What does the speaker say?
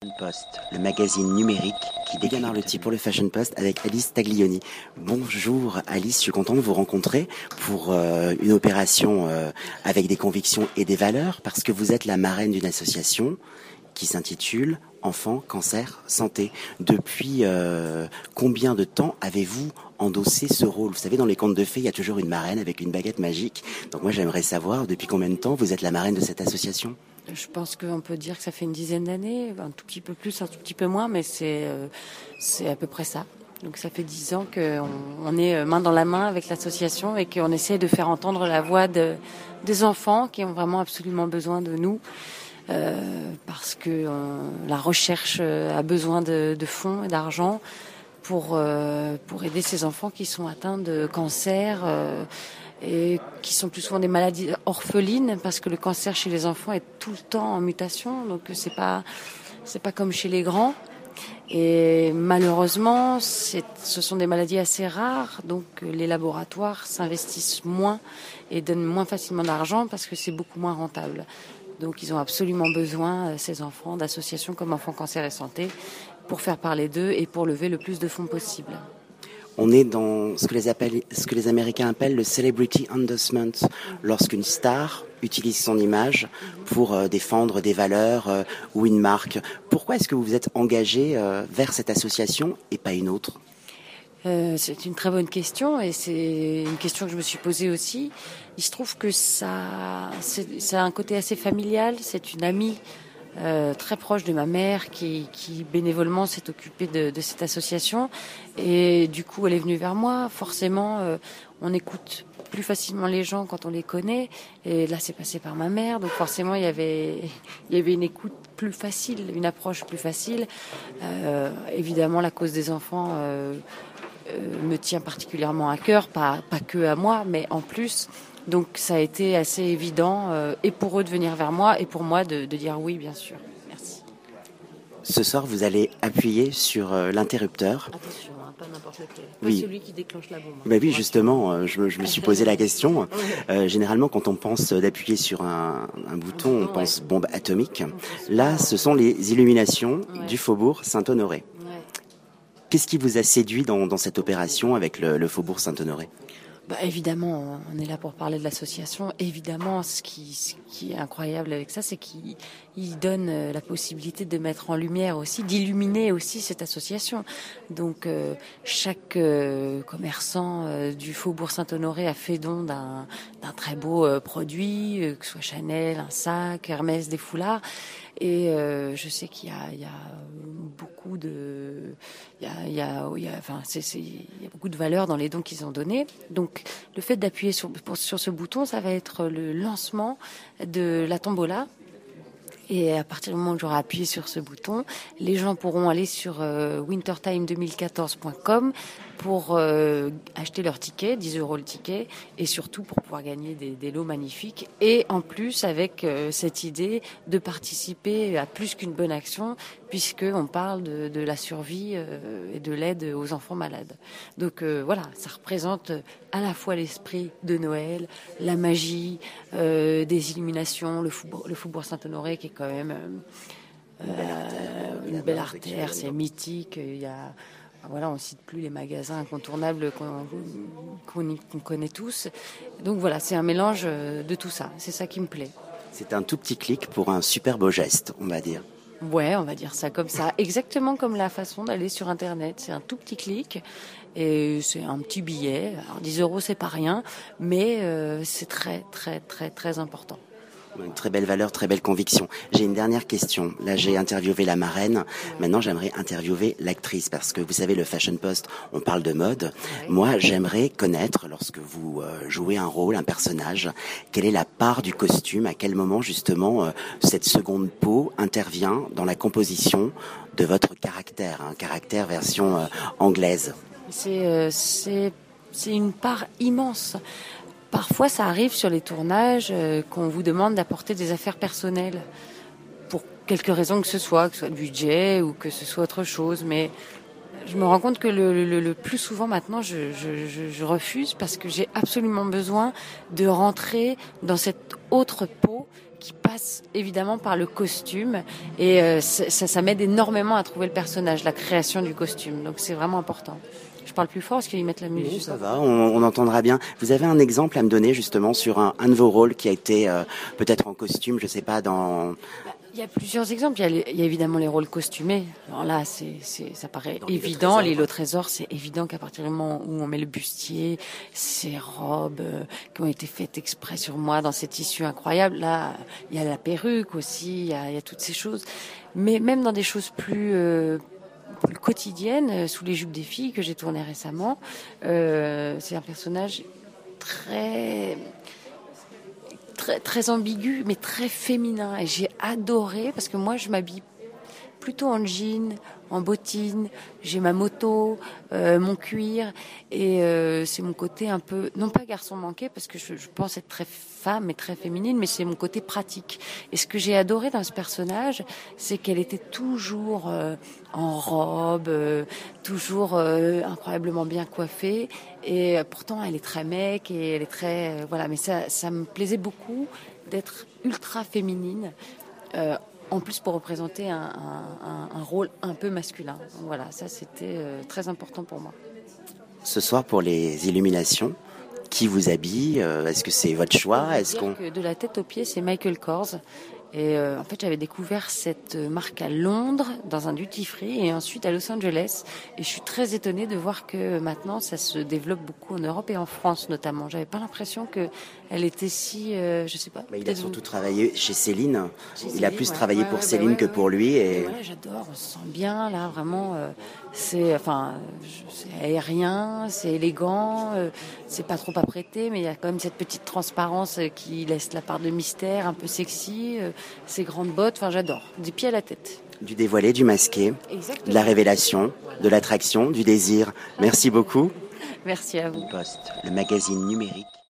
Post, le magazine numérique qui dégaine Arlotti pour le Fashion Post avec Alice Taglioni. Bonjour Alice, je suis content de vous rencontrer pour une opération avec des convictions et des valeurs parce que vous êtes la marraine d'une association qui s'intitule Enfants, Cancer, Santé. Depuis combien de temps avez-vous endossé ce rôle? Vous savez, dans les contes de fées, il y a toujours une marraine avec une baguette magique. Donc moi j'aimerais savoir depuis combien de temps vous êtes la marraine de cette association? Je pense qu'on peut dire que ça fait une dizaine d'années, un tout petit peu plus, un tout petit peu moins, mais c'est à peu près ça. Donc ça fait 10 ans qu'on est main dans la main avec l'association et qu'on essaie de faire entendre la voix des enfants qui ont vraiment absolument besoin de nous. Parce que la recherche a besoin de fonds et d'argent pour aider ces enfants qui sont atteints de cancer et qui sont plus souvent des maladies orphelines, parce que le cancer chez les enfants est tout le temps en mutation, donc c'est pas comme chez les grands. Et malheureusement, ce sont des maladies assez rares, donc les laboratoires s'investissent moins et donnent moins facilement d'argent parce que c'est beaucoup moins rentable. Donc ils ont absolument besoin, ces enfants, d'associations comme Enfants, Cancer et Santé pour faire parler d'eux et pour lever le plus de fonds possible. On est dans ce que les Américains appellent le celebrity endorsement, lorsqu'une star utilise son image pour défendre des valeurs ou une marque. Pourquoi est-ce que vous vous êtes engagé vers cette association et pas une autre ? C'est une très bonne question et c'est une question que je me suis posée aussi. Il se trouve que ça a un côté assez familial. C'est une amie très proche de ma mère qui bénévolement s'est occupée de cette association, et du coup elle est venue vers moi. Forcément on écoute plus facilement les gens quand on les connaît, et là c'est passé par ma mère, donc forcément il y avait une écoute plus facile, une approche plus facile. Évidemment la cause des enfants me tient particulièrement à cœur, pas que à moi, mais en plus. Donc ça a été assez évident, et pour eux de venir vers moi, et pour moi de dire oui, bien sûr. Merci. Ce soir, vous allez appuyer sur l'interrupteur. Attention, pas n'importe lequel. Oui. Pas celui qui déclenche la bombe. Bah oui, justement, je me suis posé la question. Généralement, quand on pense d'appuyer sur un bouton, on pense bombe atomique. Là, ce sont les illuminations du faubourg Saint-Honoré. Ouais. Qu'est-ce qui vous a séduit dans cette opération avec le faubourg Saint-Honoré ? Évidemment, on est là pour parler de l'association. Évidemment, ce qui est incroyable avec ça, c'est qu'il donne la possibilité de mettre en lumière aussi, d'illuminer aussi cette association. Donc, chaque commerçant du Faubourg Saint-Honoré a fait don d'un très beau produit, que ce soit Chanel, un sac, Hermès, des foulards. Et je sais qu'il y a beaucoup de, il y a beaucoup de valeur dans les dons qu'ils ont donnés. Donc, le fait d'appuyer sur ce bouton, ça va être le lancement de la tombola. Et à partir du moment où j'aurai appuyé sur ce bouton, les gens pourront aller sur wintertime2014.com pour acheter leur ticket, 10 € le ticket, et surtout pour pouvoir gagner des lots magnifiques. Et en plus, avec cette idée de participer à plus qu'une bonne action, puisqu'on parle de la survie et de l'aide aux enfants malades. Donc voilà, ça représente à la fois l'esprit de Noël, la magie, des illuminations, le Faubourg Saint-Honoré qui est quand même une belle artère, c'est mythique. Il y a, voilà, on ne cite plus les magasins incontournables qu'on connaît tous. Donc voilà, c'est un mélange de tout ça. C'est ça qui me plaît. C'est un tout petit clic pour un super beau geste, on va dire. Ouais, on va dire ça comme ça. Exactement comme la façon d'aller sur Internet. C'est un tout petit clic et c'est un petit billet. Alors 10 €, c'est pas rien, mais c'est très, très, très, très important. Une très belle valeur, très belle conviction. J'ai une dernière question. Là, j'ai interviewé la marraine. Maintenant, j'aimerais interviewer l'actrice parce que vous savez, le Fashion Post, on parle de mode. Ouais. Moi, j'aimerais connaître, lorsque vous jouez un rôle, un personnage, quelle est la part du costume, à quel moment, justement, cette seconde peau intervient dans la composition de votre caractère, un caractère version anglaise. C'est une part immense. Parfois, ça arrive sur les tournages qu'on vous demande d'apporter des affaires personnelles pour quelque raison que ce soit le budget ou que ce soit autre chose. Mais je me rends compte que le plus souvent maintenant, je refuse parce que j'ai absolument besoin de rentrer dans cette autre peau qui passe évidemment par le costume et ça m'aide énormément à trouver le personnage, la création du costume. Donc c'est vraiment important. Je parle plus fort parce qu'ils mettent la musique. Non, ça va, on entendra bien. Vous avez un exemple à me donner justement sur un de vos rôles qui a été peut-être en costume, je sais pas, dans... Il y a plusieurs exemples. Il y a évidemment les rôles costumés. Alors là, ça paraît Dans évident. L'île au trésor, c'est évident qu'à partir du moment où on met le bustier, ces robes qui ont été faites exprès sur moi dans ces tissus incroyables. Là, il y a la perruque aussi, il y a toutes ces choses. Mais même dans des choses plus quotidiennes, sous les jupes des filles que j'ai tourné récemment, c'est un personnage très ambigu, mais très féminin. Et j'ai adoré, parce que moi, je m'habille plutôt en jean, en bottines. J'ai ma moto, mon cuir. Et c'est mon côté un peu, non pas garçon manqué, parce que je pense être très femme et très féminine, mais c'est mon côté pratique. Et ce que j'ai adoré dans ce personnage, c'est qu'elle était toujours en robe, toujours incroyablement bien coiffée. Et pourtant, elle est très mec et elle est très... voilà, mais ça me plaisait beaucoup d'être ultra féminine, en plus pour représenter un rôle un peu masculin. Donc voilà, ça c'était très important pour moi. Ce soir, pour les illuminations, qui vous habille? Est-ce que c'est votre choix? Est-ce qu'on... Que de la tête aux pieds, c'est Michael Kors. Et en fait, j'avais découvert cette marque à Londres, dans un duty-free, et ensuite à Los Angeles. Et je suis très étonnée de voir que maintenant, ça se développe beaucoup en Europe et en France notamment. J'avais pas l'impression que elle était si, je sais pas. Il a surtout travaillé chez Céline. Il a plus travaillé pour Céline que pour lui. Et voilà, j'adore. On se sent bien là, vraiment. C'est aérien, c'est élégant, c'est pas trop apprêté, mais il y a quand même cette petite transparence qui laisse la part de mystère, un peu sexy. Ces grandes bottes, enfin j'adore, des pieds à la tête. Du dévoilé, du masqué, Exactement. De la révélation, de l'attraction, du désir. Merci beaucoup. Merci à vous. Post, le magazine numérique.